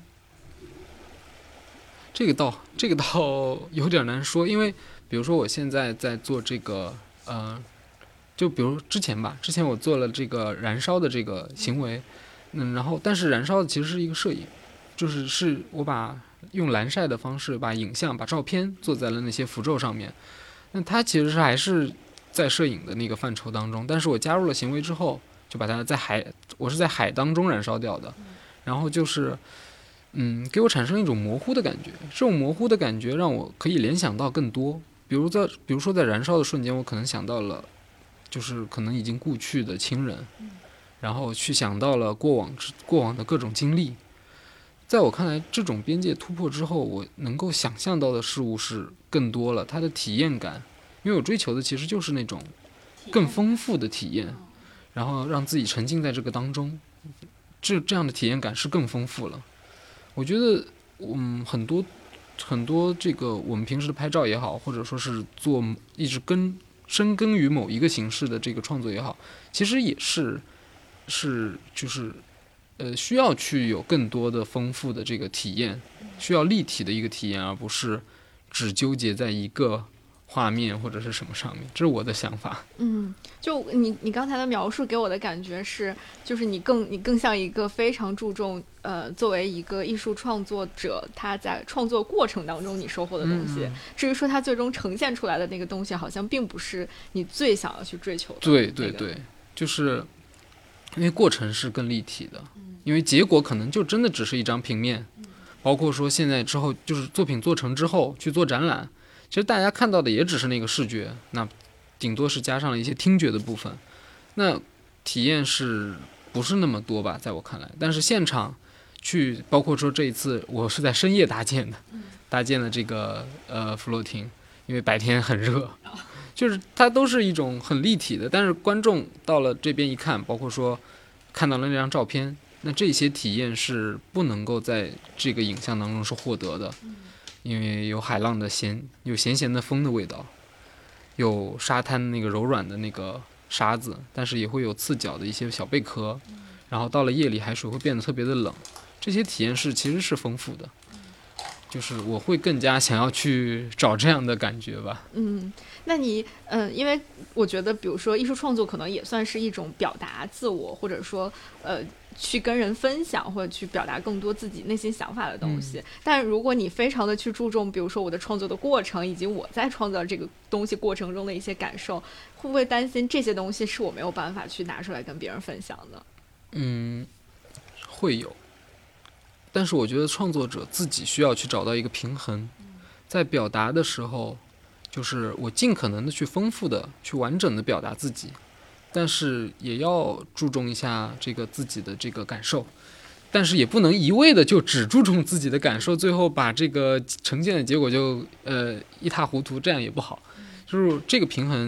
Speaker 2: 这个倒这个倒有点难说，因为比如说我现在在做这个，呃，就比如之前吧，之前我做了这个燃烧的这个行为，嗯，然后但是燃烧的其实是一个摄影。就是是我把用蓝晒的方式把影像把照片做在了那些符咒上面，那它其实是还是在摄影的那个范畴当中，但是我加入了行为之后，就把它在海，我是在海当中燃烧掉的，然后就是嗯，给我产生一种模糊的感觉，这种模糊的感觉让我可以联想到更多，比如在比如说在燃烧的瞬间，我可能想到了就是可能已经故去的亲人，然后去想到了过往过往的各种经历。在我看来，这种边界突破之后，我能够想象到的事物是更多了，它的体验感，因为我追求的其实就是那种更丰富的体验，然后让自己沉浸在这个当中，这这样的体验感是更丰富了。我觉得，嗯，很多很多这个我们平时的拍照也好，或者说是做一直根深耕于某一个形式的这个创作也好，其实也是是就是。呃，需要去有更多的丰富的这个体验，需要立体的一个体验，而不是只纠结在一个画面或者是什么上面，这是我的想法。
Speaker 1: 嗯，就你你刚才的描述给我的感觉是，就是你更你更像一个非常注重呃，作为一个艺术创作者，他在创作过程当中你收获的东西。嗯、至于说他最终呈现出来的那个东西，好像并不是你最想要去追求的、那个。对
Speaker 2: 对对，就是因为过程是更立体的。因为结果可能就真的只是一张平面，包括说现在之后就是作品做成之后去做展览，其实大家看到的也只是那个视觉，那顶多是加上了一些听觉的部分，那体验是不是那么多吧，在我看来。但是现场去，包括说这一次我是在深夜搭建的，搭建了这个呃弗洛廷，因为白天很热，就是它都是一种很立体的，但是观众到了这边一看，包括说看到了那张照片，那这些体验是不能够在这个影像当中是获得的，因为有海浪的咸，有咸咸的风的味道，有沙滩那个柔软的那个沙子，但是也会有刺脚的一些小贝壳，然后到了夜里海水会变得特别的冷，这些体验是其实是丰富的，就是我会更加想要去找这样的感觉吧。
Speaker 1: 嗯，那你嗯，因为我觉得比如说艺术创作可能也算是一种表达自我，或者说呃去跟人分享或者去表达更多自己内心想法的东西、嗯、但如果你非常的去注重比如说我的创作的过程以及我在创造这个东西过程中的一些感受，会不会担心这些东西是我没有办法去拿出来跟别人分享的？
Speaker 2: 嗯，会有，但是我觉得创作者自己需要去找到一个平衡，在表达的时候就是我尽可能的去丰富的去完整的表达自己，但是也要注重一下这个自己的这个感受，但是也不能一味的就只注重自己的感受，最后把这个呈现的结果就呃一塌糊涂，这样也不好。就是这个平衡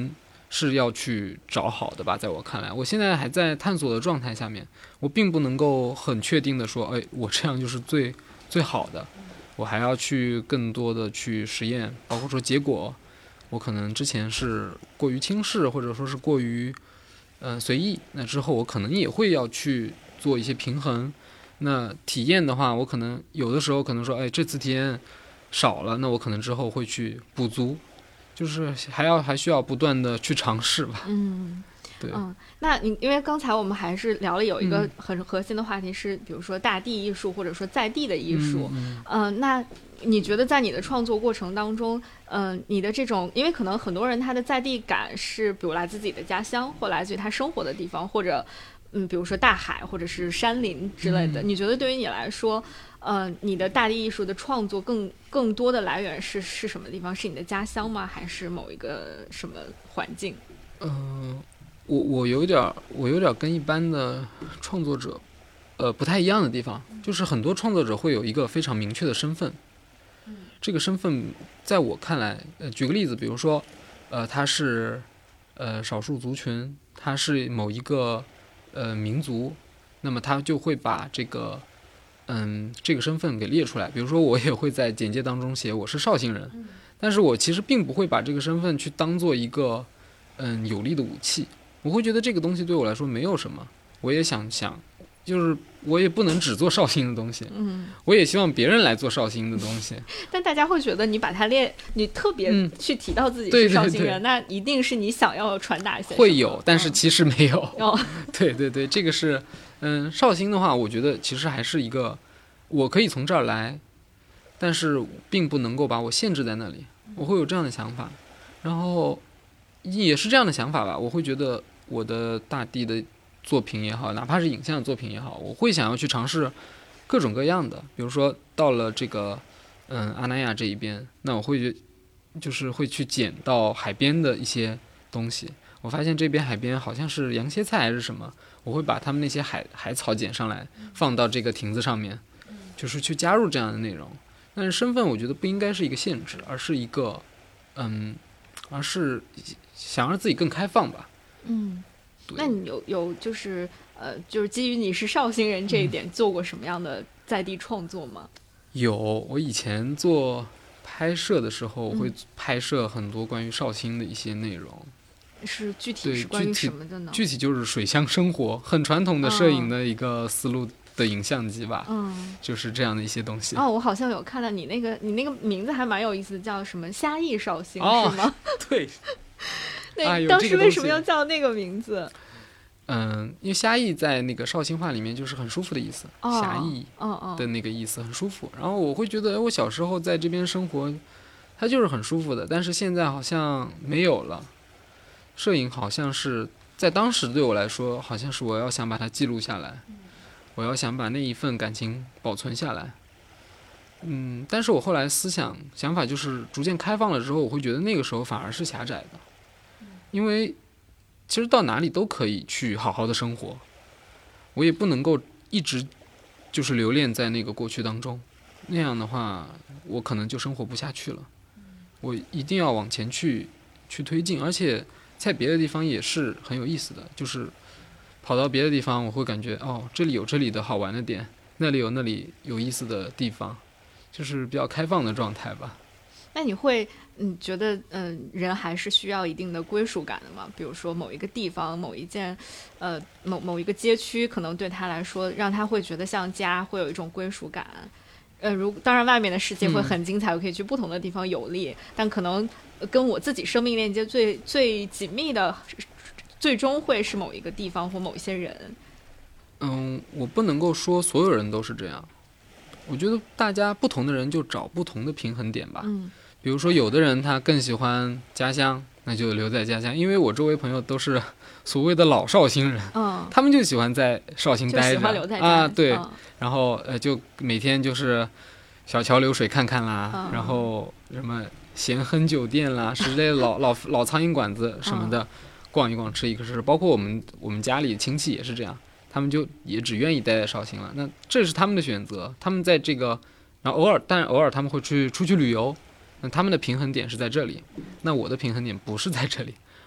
Speaker 2: 是要去找好的吧，在我看来，我现在还在探索的状态下面，我并不能够很确定的说，哎，我这样就是最最好的，我还要去更多的去实验，包括说结果，我可能之前是过于轻视，或者说是过于嗯、呃、随意，那之后我可能也会要去做一些平衡。那体验的话，我可能有的时候可能说，哎，这次体验少了，那我可能之后会去补足。就是还要还需要不断的去尝试吧。
Speaker 1: 嗯，
Speaker 2: 对，
Speaker 1: 嗯，那你因为刚才我们还是聊了有一个很核心的话题是，比如说大地艺术或者说在地的艺术。
Speaker 2: 嗯，
Speaker 1: 嗯、呃，那你觉得在你的创作过程当中，嗯、呃，你的这种，因为可能很多人他的在地感是，比如来自自己的家乡，或来自于他生活的地方，或者嗯，比如说大海或者是山林之类的。嗯、你觉得对于你来说？呃，你的大地艺术的创作更更多的来源是是什么地方？是你的家乡吗？还是某一个什么环境？
Speaker 2: 嗯、呃，我我有点我有点跟一般的创作者，呃，不太一样的地方，就是很多创作者会有一个非常明确的身份。这个身份在我看来，呃，举个例子，比如说，呃，他是呃少数族群，他是某一个呃民族，那么他就会把这个。嗯，这个身份给列出来，比如说我也会在简介当中写我是绍兴人，但是我其实并不会把这个身份去当做一个嗯有力的武器，我会觉得这个东西对我来说没有什么，我也想想，就是我也不能只做绍兴的东西，嗯，我也希望别人来做绍兴的东西。
Speaker 1: 但大家会觉得你把它列，你特别去提到自己是绍兴人，嗯、对对对，那一定是你想要传达一些。
Speaker 2: 会有，但是其实没有。
Speaker 1: 哦，
Speaker 2: 对对对，这个是。嗯，绍兴的话，我觉得其实还是一个，我可以从这儿来，但是并不能够把我限制在那里，我会有这样的想法，然后也是这样的想法吧，我会觉得我的大地的作品也好，哪怕是影像的作品也好，我会想要去尝试各种各样的，比如说到了这个嗯阿那亚这一边，那我会就是会去捡到海边的一些东西，我发现这边海边好像是洋蝎菜还是什么。我会把他们那些海海草捡上来，放到这个亭子上面，就是去加入这样的内容。但是身份我觉得不应该是一个限制，而是一个，嗯，而是想让自己更开放吧。
Speaker 1: 嗯，那你有有就是呃，就是基于你是绍兴人这一点，嗯、做过什么样的在地创作吗？
Speaker 2: 有，我以前做拍摄的时候，我会拍摄很多关于绍兴的一些内容。
Speaker 1: 是具体是关于什么的呢？
Speaker 2: 具体就是水乡生活，很传统的摄影的一个思路的影像机吧，嗯，就是这样的一些东西。
Speaker 1: 哦，我好像有看到你那个，你那个名字还蛮有意思，叫什么虾艺绍兴、哦、是吗？
Speaker 2: 对。
Speaker 1: 那、
Speaker 2: 啊、
Speaker 1: 当时为什么要叫那个名字？
Speaker 2: 嗯，因为虾艺在那个绍兴话里面就是很舒服的意思，
Speaker 1: 哦、
Speaker 2: 侠义的那个意思，很舒服。然后我会觉得，我小时候在这边生活，它就是很舒服的，但是现在好像没有了。摄影好像是在当时对我来说，好像是我要想把它记录下来，我要想把那一份感情保存下来。嗯，但是我后来思想想法就是逐渐开放了之后，我会觉得那个时候反而是狭窄的，因为其实到哪里都可以去好好的生活，我也不能够一直就是留恋在那个过去当中，那样的话我可能就生活不下去了，我一定要往前去去推进，而且在别的地方也是很有意思的，就是跑到别的地方我会感觉哦，这里有这里的好玩的点，那里有那里有意思的地方，就是比较开放的状态吧。
Speaker 1: 那你会嗯觉得嗯人还是需要一定的归属感的吗？比如说某一个地方某一件呃某某一个街区可能对他来说让他会觉得像家，会有一种归属感。呃，如当然外面的世界会很精彩、嗯、我可以去不同的地方游历，但可能跟我自己生命链接最最紧密的最终会是某一个地方或某一些人。
Speaker 2: 嗯，我不能够说所有人都是这样，我觉得大家不同的人就找不同的平衡点吧。
Speaker 1: 嗯，
Speaker 2: 比如说有的人他更喜欢家乡，那就留在家乡，因为我周围朋友都是所谓的老绍兴人，
Speaker 1: 嗯，
Speaker 2: 他们就喜欢在绍兴待着，
Speaker 1: 就喜欢留在家
Speaker 2: 啊，对，
Speaker 1: 嗯、
Speaker 2: 然后呃就每天就是小桥流水看看啦，嗯、然后什么咸亨酒店啦，之类的老老老苍蝇馆子什么的，嗯、逛一逛，吃一个吃。包括我们我们家里亲戚也是这样，他们就也只愿意待在绍兴了。那这是他们的选择，他们在这个，然后偶尔，但偶尔他们会去出去旅游，那他们的平衡点是在这里。那我的平衡点不是在这里，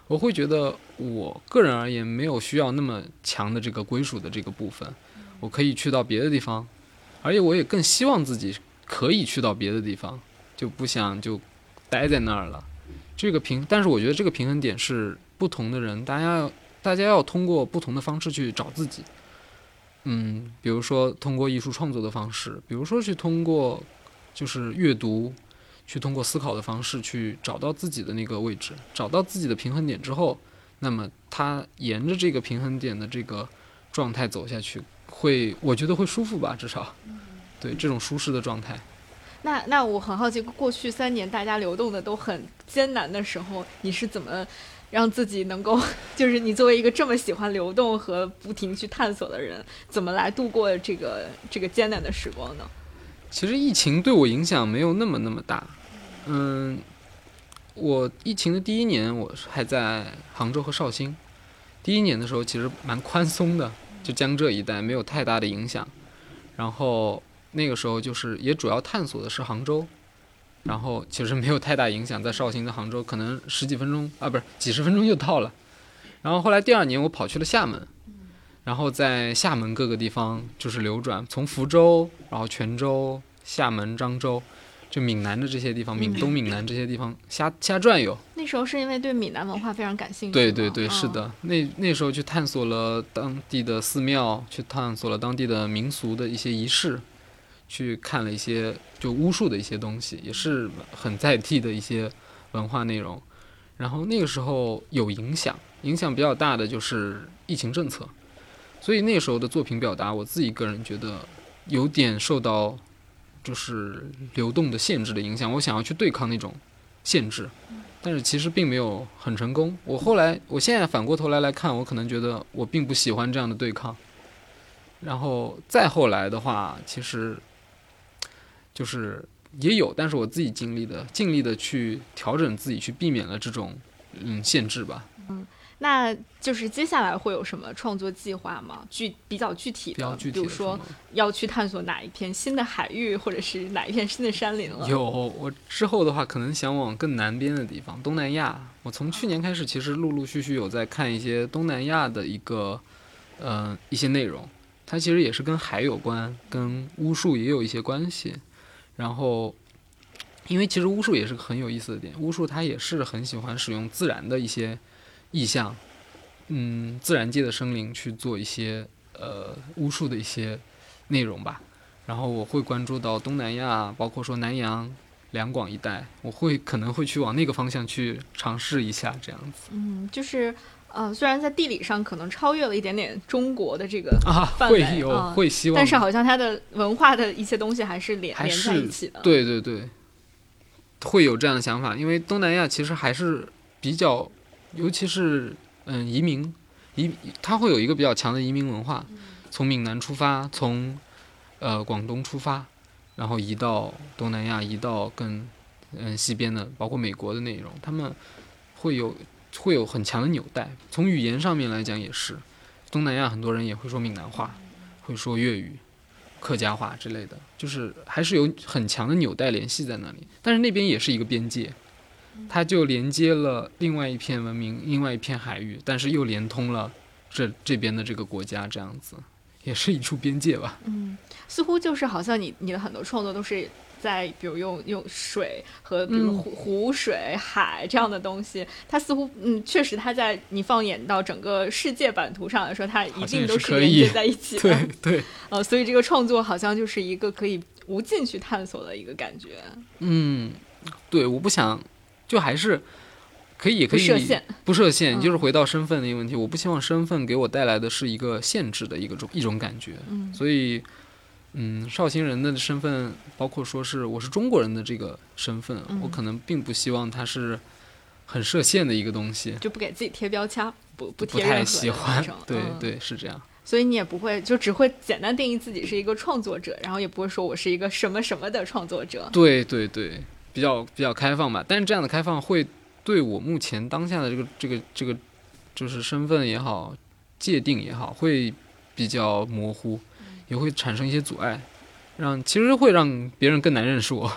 Speaker 2: 我会觉得我个人而言没有需要那么强的这个归属的这个部分，我可以去到别的地方，而且我也更希望自己可以去到别的地方，就不想就待在那儿了。这个平，但是我觉得这个平衡点是不同的人，大家要大家要通过不同的方式去找自己。嗯，比如说通过艺术创作的方式，比如说去通过就是阅读，去通过思考的方式去找到自己的那个位置，找到自己的平衡点之后，那么他沿着这个平衡点的这个状态走下去，会我觉得会舒服吧，至少对这种舒适的状态。
Speaker 1: 那那我很好奇，过去三年大家流动的都很艰难的时候，你是怎么让自己能够，就是你作为一个这么喜欢流动和不停去探索的人，怎么来度过这个这个艰难的时光呢？
Speaker 2: 其实疫情对我影响没有那么那么大。嗯，我疫情的第一年我还在杭州和绍兴，第一年的时候其实蛮宽松的，就江浙一带没有太大的影响。然后那个时候就是也主要探索的是杭州，然后其实没有太大影响，在绍兴的杭州可能十几分钟啊，不是几十分钟就到了。然后后来第二年我跑去了厦门，然后在厦门各个地方就是流转，从福州，然后泉州、厦门、漳州，就闽南的这些地方，闽东、闽南这些地方瞎瞎转悠。
Speaker 1: 那时候是因为对闽南文化非常感兴趣。
Speaker 2: 对对对，
Speaker 1: 嗯、
Speaker 2: 是的，那那时候去探索了当地的寺庙，去探索了当地的民俗的一些仪式，去看了一些就巫术的一些东西，也是很在地的一些文化内容。然后那个时候有影响，影响比较大的就是疫情政策，所以那时候的作品表达，我自己个人觉得有点受到就是流动的限制的影响，我想要去对抗那种限制，但是其实并没有很成功。我后来，我现在反过头来来看，我可能觉得我并不喜欢这样的对抗。然后再后来的话，其实就是也有，但是我自己尽力的尽力的去调整自己，去避免了这种嗯限制吧。
Speaker 1: 嗯，那就是接下来会有什么创作计划吗？具比较具体的，
Speaker 2: 比较具体的，
Speaker 1: 比如说要去探索哪一片新的海域，或者是哪一片新的山林了？
Speaker 2: 有，我之后的话可能想往更南边的地方，东南亚。我从去年开始，其实陆陆续续有在看一些东南亚的一个呃一些内容，它其实也是跟海有关，跟巫术也有一些关系。然后因为其实巫术也是个很有意思的点，巫术它也是很喜欢使用自然的一些意象，嗯，自然界的生灵去做一些呃巫术的一些内容吧。然后我会关注到东南亚，包括说南洋、两广一带，我会可能会去往那个方向去尝试一下，这样子。
Speaker 1: 嗯，就是呃，虽然在地理上可能超越了一点点中国的这个范
Speaker 2: 围，
Speaker 1: 啊、
Speaker 2: 会有、
Speaker 1: 嗯、
Speaker 2: 会希望，
Speaker 1: 但是好像它的文化的一些东西还是连
Speaker 2: 还是
Speaker 1: 连在一起的。
Speaker 2: 对对对，会有这样的想法，因为东南亚其实还是比较，尤其是嗯移民移，它会有一个比较强的移民文化，从闽南出发，从呃广东出发，然后移到东南亚，移到更嗯西边的，包括美国的内容，他们会有会有很强的纽带。从语言上面来讲也是，东南亚很多人也会说闽南话，会说粤语、客家话之类的，就是还是有很强的纽带联系在那里。但是那边也是一个边界，它就连接了另外一片文明，另外一片海域，但是又连通了这这边的这个国家，这样子也是一处边界吧。
Speaker 1: 嗯，似乎就是好像你你的很多创作都是在比如用用水和比如湖、嗯、湖水海这样的东西，它似乎嗯确实它在你放眼到整个世界版图上来说，它一定都是连接在一起的。
Speaker 2: 对对，
Speaker 1: 呃，所以这个创作好像就是一个可以无尽去探索的一个感觉。
Speaker 2: 嗯，对，我不想就还是可以也可以
Speaker 1: 不设限，
Speaker 2: 不设限，就是回到身份的一个问题、嗯、我不希望身份给我带来的是一个限制的一个一种感觉。
Speaker 1: 嗯，
Speaker 2: 所以嗯，绍兴人的身份，包括说是我是中国人的这个身份、嗯、我可能并不希望它是很设限的一个东西，
Speaker 1: 就不给自己贴标签，不不贴
Speaker 2: 任何的，不太喜欢。对、
Speaker 1: 嗯、
Speaker 2: 对，是这样。
Speaker 1: 所以你也不会就只会简单定义自己是一个创作者，然后也不会说我是一个什么什么的创作者。
Speaker 2: 对对对，比较比较开放吧。但是这样的开放会对我目前当下的这个这个这个就是身份也好，界定也好，会比较模糊，也会产生一些阻碍，让其实会让别人更难认识我。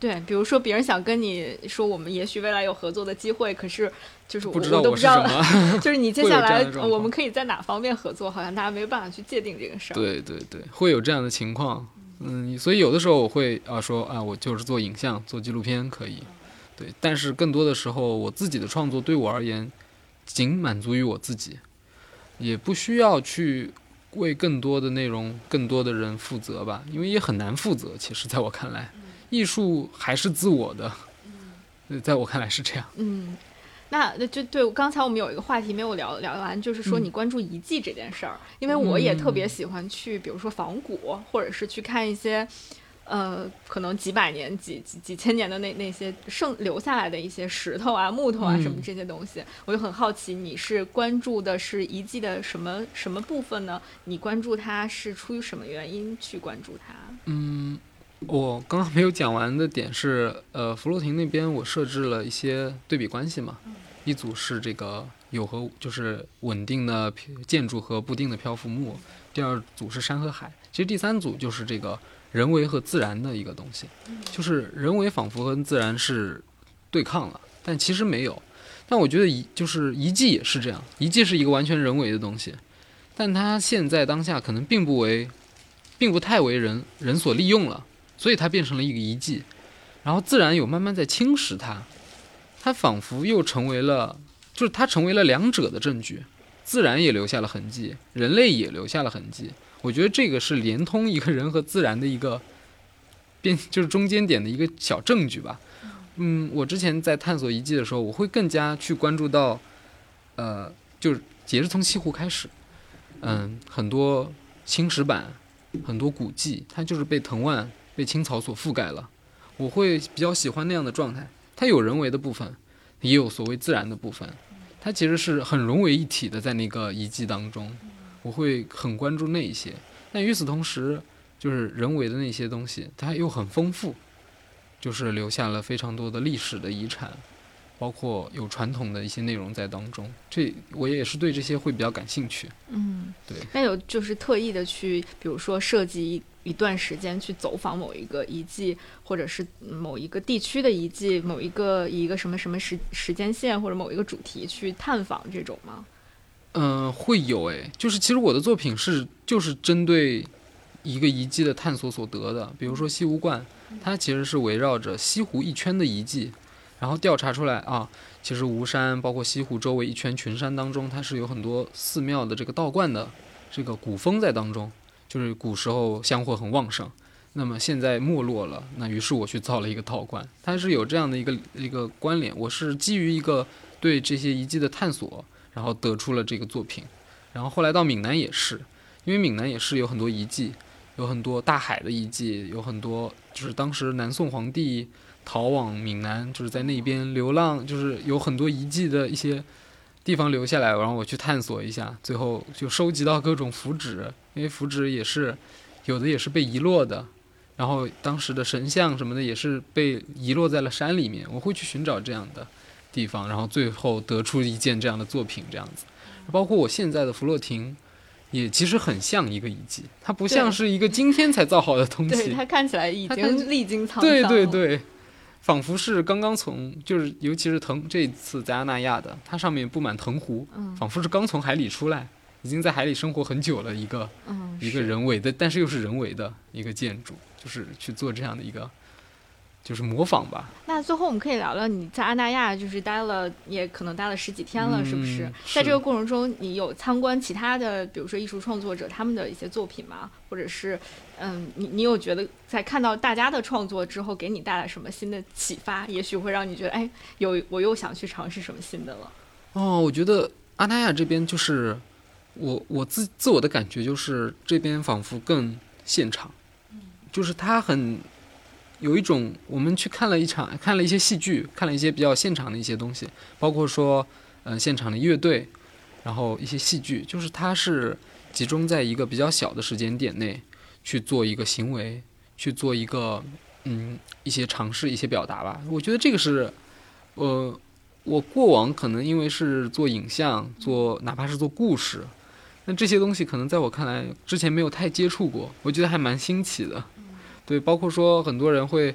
Speaker 1: 对，比如说别人想跟你说我们也许未来有合作的机会，可是就是我
Speaker 2: 不知道我
Speaker 1: 我都不知道
Speaker 2: 是什么
Speaker 1: 就是你接下来
Speaker 2: 会有这样的状况
Speaker 1: 我们可以在哪方面合作，好像大家没有办法去界定这个事儿。
Speaker 2: 对对对，会有这样的情况。嗯，所以有的时候我会啊说啊，我就是做影像、做纪录片可以，对。但是更多的时候，我自己的创作对我而言，仅满足于我自己，也不需要去为更多的内容、更多的人负责吧，因为也很难负责。其实，在我看来，艺术还是自我的，在我看来是这样。
Speaker 1: 嗯。那就对，刚才我们有一个话题没有聊聊完，就是说你关注遗迹这件事儿、嗯，因为我也特别喜欢去，比如说仿古，或者是去看一些，呃，可能几百年、几几几千年的那那些剩留下来的一些石头啊、木头啊什么这些东西，嗯、我就很好奇，你是关注的是遗迹的什么什么部分呢？你关注它是出于什么原因去关注它？
Speaker 2: 嗯。我刚刚没有讲完的点是，呃，弗洛廷那边我设置了一些对比关系嘛，一组是这个有和就是稳定的建筑和不定的漂浮木，第二组是山和海，其实第三组就是这个人为和自然的一个东西，就是人为仿佛和自然是对抗了，但其实没有。但我觉得遗就是遗迹也是这样，遗迹是一个完全人为的东西，但它现在当下可能并不为，并不太为人人所利用了。所以它变成了一个遗迹，然后自然有慢慢在侵蚀它，它仿佛又成为了，就是它成为了两者的证据，自然也留下了痕迹，人类也留下了痕迹。我觉得这个是连通一个人和自然的一个变，就是中间点的一个小证据吧。嗯，我之前在探索遗迹的时候，我会更加去关注到，呃，就是也是从西湖开始，嗯，很多青石板，很多古迹，它就是被藤蔓。被青草所覆盖了，我会比较喜欢那样的状态。它有人为的部分，也有所谓自然的部分，它其实是很融为一体的，在那个遗迹当中，我会很关注那一些。但与此同时，就是人为的那些东西，它又很丰富，就是留下了非常多的历史的遗产，包括有传统的一些内容在当中。这我也是对这些会比较感兴趣。
Speaker 1: 嗯，
Speaker 2: 对。
Speaker 1: 那有就是特意的去，比如说设计一段时间去走访某一个遗迹，或者是某一个地区的遗迹，某一个以一个什么什么时时间线或者某一个主题去探访这种吗？
Speaker 2: 嗯、呃，会有诶，就是其实我的作品是就是针对一个遗迹的探索所得的，比如说西湖观，它其实是围绕着西湖一圈的遗迹，然后调查出来啊，其实吴山包括西湖周围一圈群山当中，它是有很多寺庙的这个道观的这个古风在当中。就是古时候香火很旺盛，那么现在没落了，那于是我去造了一个道观，它是有这样的一个一个关联。我是基于一个对这些遗迹的探索，然后得出了这个作品。然后后来到闽南也是，因为闽南也是有很多遗迹，有很多大海的遗迹，有很多就是当时南宋皇帝逃往闽南，就是在那边流浪，就是有很多遗迹的一些地方留下来，然后我去探索一下，最后就收集到各种符纸，因为符纸也是有的也是被遗落的，然后当时的神像什么的也是被遗落在了山里面，我会去寻找这样的地方，然后最后得出一件这样的作品，这样子。包括我现在的弗洛廷也其实很像一个遗迹，它不像是一个今天才造好的东西，
Speaker 1: 对，它看起来已经历经沧桑了。
Speaker 2: 对对对，仿佛是刚刚从，就是尤其是藤这一次在阿那亚的，它上面布满藤壶，
Speaker 1: 嗯、
Speaker 2: 仿佛是刚从海里出来，已经在海里生活很久了一个、
Speaker 1: 嗯、
Speaker 2: 一个人为的，但是又是人为的一个建筑，就是去做这样的一个就是模仿吧。
Speaker 1: 那最后我们可以聊聊你在阿那亚就是待了也可能待了十几天了、嗯、是不是在这个过程中你有参观其他的比如说艺术创作者他们的一些作品吗？或者是嗯，你你有觉得在看到大家的创作之后给你带来什么新的启发，也许会让你觉得哎，有我又想去尝试什么新的了？
Speaker 2: 哦，我觉得阿那亚这边就是我我自自我的感觉就是这边仿佛更现场，就是它很有一种我们去看了一场看了一些戏剧，看了一些比较现场的一些东西，包括说呃现场的乐队，然后一些戏剧，就是它是集中在一个比较小的时间点内去做一个行为，去做一个嗯一些尝试一些表达吧。我觉得这个是呃我过往可能因为是做影像做哪怕是做故事，那这些东西可能在我看来之前没有太接触过，我觉得还蛮新奇的。对，包括说很多人会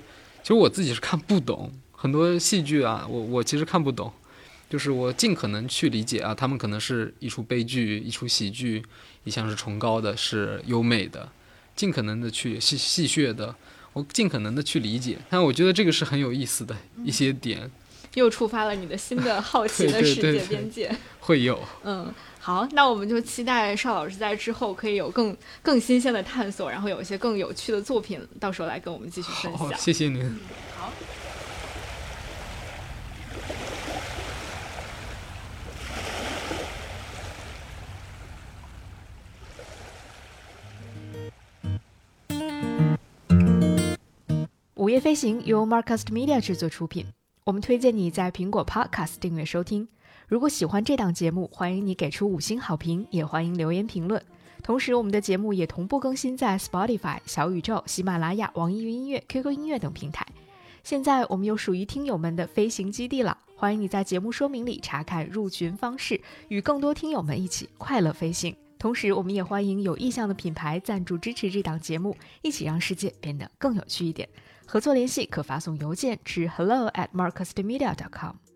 Speaker 2: 其实我自己是看不懂很多戏剧啊，我我其实看不懂，就是我尽可能去理解啊，他们可能是一出悲剧，一出喜剧，一向是崇高的，是优美的，尽可能的去戏戏谑的，我尽可能的去理解。但我觉得这个是很有意思的一些点。嗯，
Speaker 1: 又触发了你的新的好奇的世界边界。
Speaker 2: 对对对对，会有。
Speaker 1: 嗯，好，那我们就期待邵老师在之后可以有更更新鲜的探索，然后有一些更有趣的作品，到时候来跟我们继续分享。
Speaker 2: 好，谢谢您。
Speaker 1: 嗯，好。午夜飞行由 Marcast Media 制作出品，我们推荐你在苹果 Podcast 订阅收听。如果喜欢这档节目，欢迎你给出五星好评，也欢迎留言评论。同时，我们的节目也同步更新在 Spotify、小宇宙、喜马拉雅、网易云音乐、Q Q 音乐等平台。现在我们有属于听友们的飞行基地了，欢迎你在节目说明里查看入群方式，与更多听友们一起快乐飞行。同时，我们也欢迎有意向的品牌赞助支持这档节目，一起让世界变得更有趣一点。合作联系可发送邮件至 hello at marcastmedia dot com。